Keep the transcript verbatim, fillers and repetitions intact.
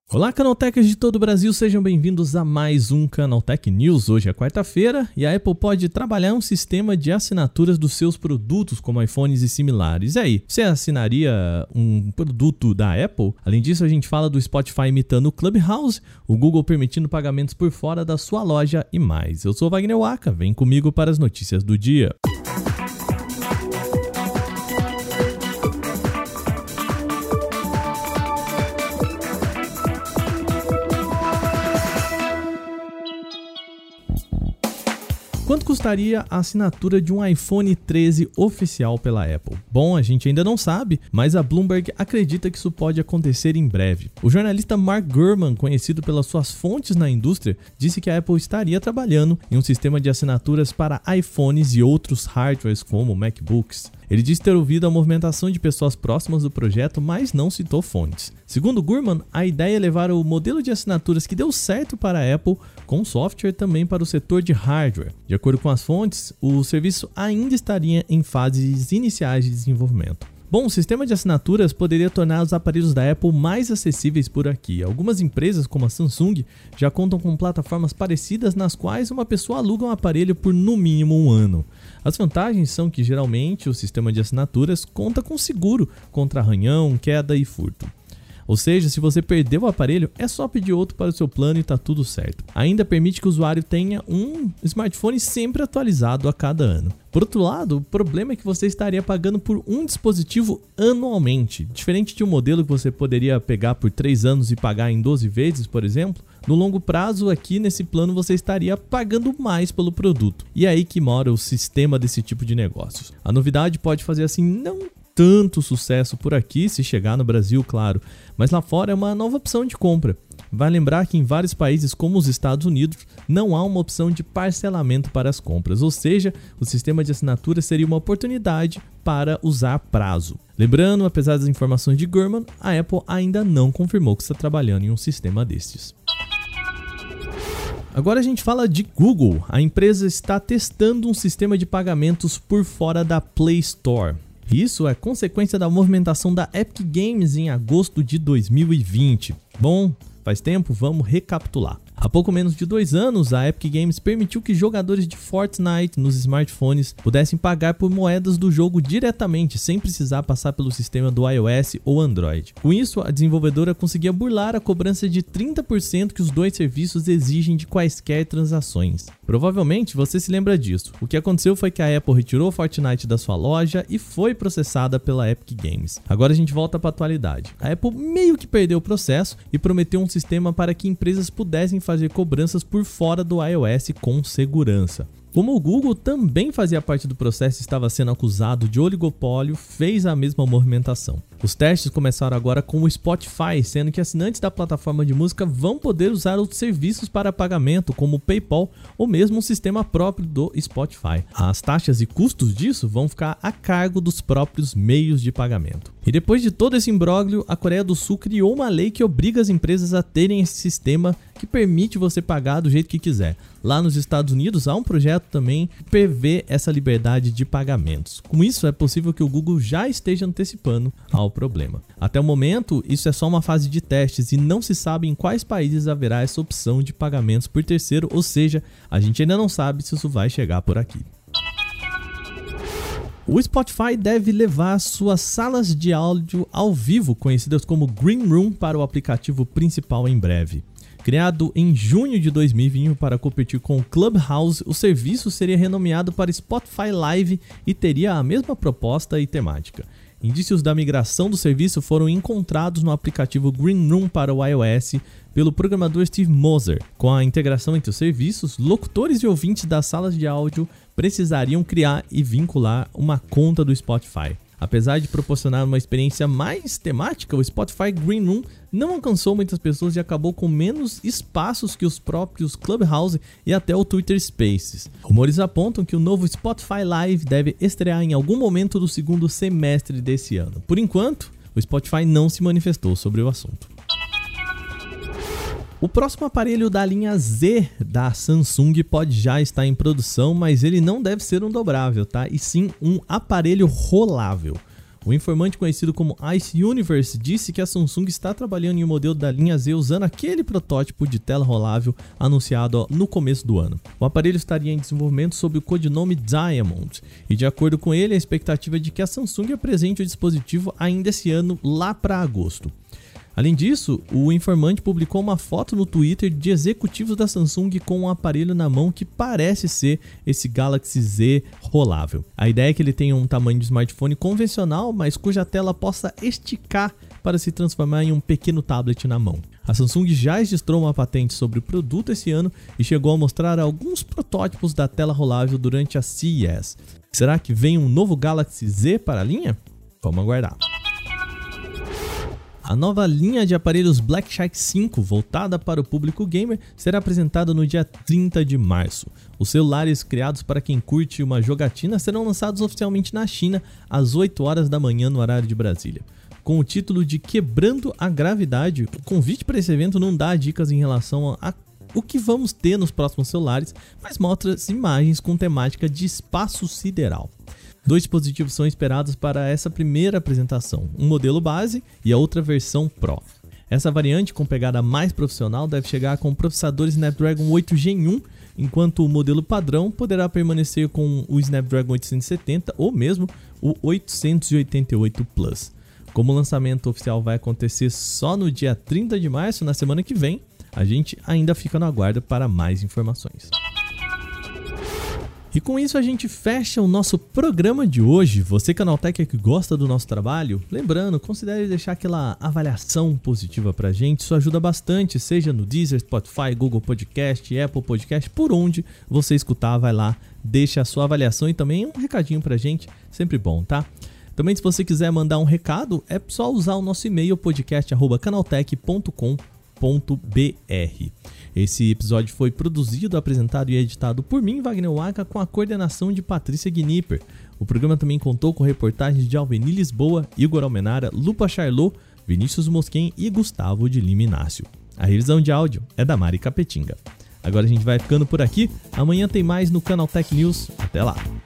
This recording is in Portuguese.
Olá, Canaltechers de todo o Brasil, sejam bem-vindos a mais um Canaltech News. Hoje é quarta-feira e a Apple pode trabalhar um sistema de assinaturas dos seus produtos, como iPhones e similares. E aí, você assinaria um produto da Apple? Além disso, a gente fala do Spotify imitando o Clubhouse, o Google permitindo pagamentos por fora da sua loja e mais. Eu sou Wagner Waka, vem comigo para as notícias do dia. Quanto custaria a assinatura de um iPhone treze oficial pela Apple? Bom, a gente ainda não sabe, mas a Bloomberg acredita que isso pode acontecer em breve. O jornalista Mark Gurman, conhecido pelas suas fontes na indústria, disse que a Apple estaria trabalhando em um sistema de assinaturas para iPhones e outros hardwares como MacBooks. Ele disse ter ouvido a movimentação de pessoas próximas do projeto, mas não citou fontes. Segundo Gurman, a ideia é levar o modelo de assinaturas que deu certo para a Apple com software também para o setor de hardware. De acordo com as fontes, o serviço ainda estaria em fases iniciais de desenvolvimento. Bom, o sistema de assinaturas poderia tornar os aparelhos da Apple mais acessíveis por aqui. Algumas empresas, como a Samsung, já contam com plataformas parecidas nas quais uma pessoa aluga um aparelho por no mínimo um ano. As vantagens são que geralmente o sistema de assinaturas conta com seguro contra arranhão, queda e furto. Ou seja, se você perdeu o aparelho, é só pedir outro para o seu plano e está tudo certo. Ainda permite que o usuário tenha um smartphone sempre atualizado a cada ano. Por outro lado, o problema é que você estaria pagando por um dispositivo anualmente. Diferente de um modelo que você poderia pegar por três anos e pagar em doze vezes, por exemplo, no longo prazo aqui nesse plano você estaria pagando mais pelo produto. E é aí que mora o sistema desse tipo de negócios. A novidade pode fazer assim não tanto sucesso por aqui, se chegar no Brasil, claro, mas lá fora é uma nova opção de compra. Vai lembrar que em vários países, como os Estados Unidos, não há uma opção de parcelamento para as compras, ou seja, o sistema de assinatura seria uma oportunidade para usar prazo. Lembrando, apesar das informações de Gurman, a Apple ainda não confirmou que está trabalhando em um sistema destes. Agora a gente fala de Google. A empresa está testando um sistema de pagamentos por fora da Play Store. Isso é consequência da movimentação da Epic Games em agosto de dois mil e vinte. Bom, faz tempo, vamos recapitular. Há pouco menos de dois anos, a Epic Games permitiu que jogadores de Fortnite nos smartphones pudessem pagar por moedas do jogo diretamente, sem precisar passar pelo sistema do iOS ou Android. Com isso, a desenvolvedora conseguia burlar a cobrança de trinta por cento que os dois serviços exigem de quaisquer transações. Provavelmente você se lembra disso. O que aconteceu foi que a Apple retirou Fortnite da sua loja e foi processada pela Epic Games. Agora a gente volta para a atualidade. A Apple meio que perdeu o processo e prometeu um sistema para que empresas pudessem fazer cobranças por fora do iOS com segurança. Como o Google também fazia parte do processo e estava sendo acusado de oligopólio, fez a mesma movimentação. Os testes começaram agora com o Spotify, sendo que assinantes da plataforma de música vão poder usar outros serviços para pagamento, como o PayPal ou mesmo um sistema próprio do Spotify. As taxas e custos disso vão ficar a cargo dos próprios meios de pagamento. E depois de todo esse imbróglio, a Coreia do Sul criou uma lei que obriga as empresas a terem esse sistema que permite você pagar do jeito que quiser. Lá nos Estados Unidos há um projeto também que prevê essa liberdade de pagamentos. Com isso, é possível que o Google já esteja antecipando ao problema. Até o momento, isso é só uma fase de testes e não se sabe em quais países haverá essa opção de pagamentos por terceiro, ou seja, a gente ainda não sabe se isso vai chegar por aqui. O Spotify deve levar suas salas de áudio ao vivo, conhecidas como Green Room, para o aplicativo principal em breve. Criado em junho de dois mil e vinte para competir com o Clubhouse, o serviço seria renomeado para Spotify Live e teria a mesma proposta e temática. Indícios da migração do serviço foram encontrados no aplicativo Green Room para o iOS pelo programador Steve Moser. Com a integração entre os serviços, locutores e ouvintes das salas de áudio precisariam criar e vincular uma conta do Spotify. Apesar de proporcionar uma experiência mais temática, o Spotify Green Room não alcançou muitas pessoas e acabou com menos espaços que os próprios Clubhouse e até o Twitter Spaces. Rumores apontam que o novo Spotify Live deve estrear em algum momento do segundo semestre desse ano. Por enquanto, o Spotify não se manifestou sobre o assunto. O próximo aparelho da linha Z da Samsung pode já estar em produção, mas ele não deve ser um dobrável, tá? E sim um aparelho rolável. O informante conhecido como Ice Universe disse que a Samsung está trabalhando em um modelo da linha Z usando aquele protótipo de tela rolável anunciado no começo do ano. O aparelho estaria em desenvolvimento sob o codinome Diamond e, de acordo com ele, a expectativa é de que a Samsung apresente o dispositivo ainda esse ano, lá para agosto. Além disso, o informante publicou uma foto no Twitter de executivos da Samsung com um aparelho na mão que parece ser esse Galaxy Z rolável. A ideia é que ele tenha um tamanho de smartphone convencional, mas cuja tela possa esticar para se transformar em um pequeno tablet na mão. A Samsung já registrou uma patente sobre o produto esse ano e chegou a mostrar alguns protótipos da tela rolável durante a C E S. Será que vem um novo Galaxy Z para a linha? Vamos aguardar. A nova linha de aparelhos Black Shark cinco, voltada para o público gamer, será apresentada no dia trinta de março. Os celulares criados para quem curte uma jogatina serão lançados oficialmente na China às oito horas da manhã no horário de Brasília. Com o título de Quebrando a Gravidade, o convite para esse evento não dá dicas em relação a o que vamos ter nos próximos celulares, mas mostra imagens com temática de espaço sideral. Dois dispositivos são esperados para essa primeira apresentação, um modelo base e a outra versão Pro. Essa variante com pegada mais profissional deve chegar com processadores Snapdragon oito Gen um, enquanto o modelo padrão poderá permanecer com o Snapdragon oitocentos e setenta ou mesmo o oitocentos e oitenta e oito Plus. Como o lançamento oficial vai acontecer só no dia trinta de março, na semana que vem, a gente ainda fica no aguardo para mais informações. E com isso a gente fecha o nosso programa de hoje. Você, Canaltech, que gosta do nosso trabalho, lembrando, considere deixar aquela avaliação positiva pra gente, isso ajuda bastante, seja no Deezer, Spotify, Google Podcast, Apple Podcast, por onde você escutar, vai lá, deixa a sua avaliação e também um recadinho pra gente, sempre bom, tá? Também, se você quiser mandar um recado, é só usar o nosso e-mail, podcast arroba canaltech ponto com ponto b r. Esse episódio foi produzido, apresentado e editado por mim, Wagner Waka, com a coordenação de Patrícia Gnipper. O programa também contou com reportagens de Alveni Lisboa, Igor Almenara, Lupa Charlot, Vinícius Mosquen e Gustavo de Lima Inácio. A revisão de áudio é da Mari Capetinga. Agora a gente vai ficando por aqui. Amanhã tem mais no Canaltech News. Até lá!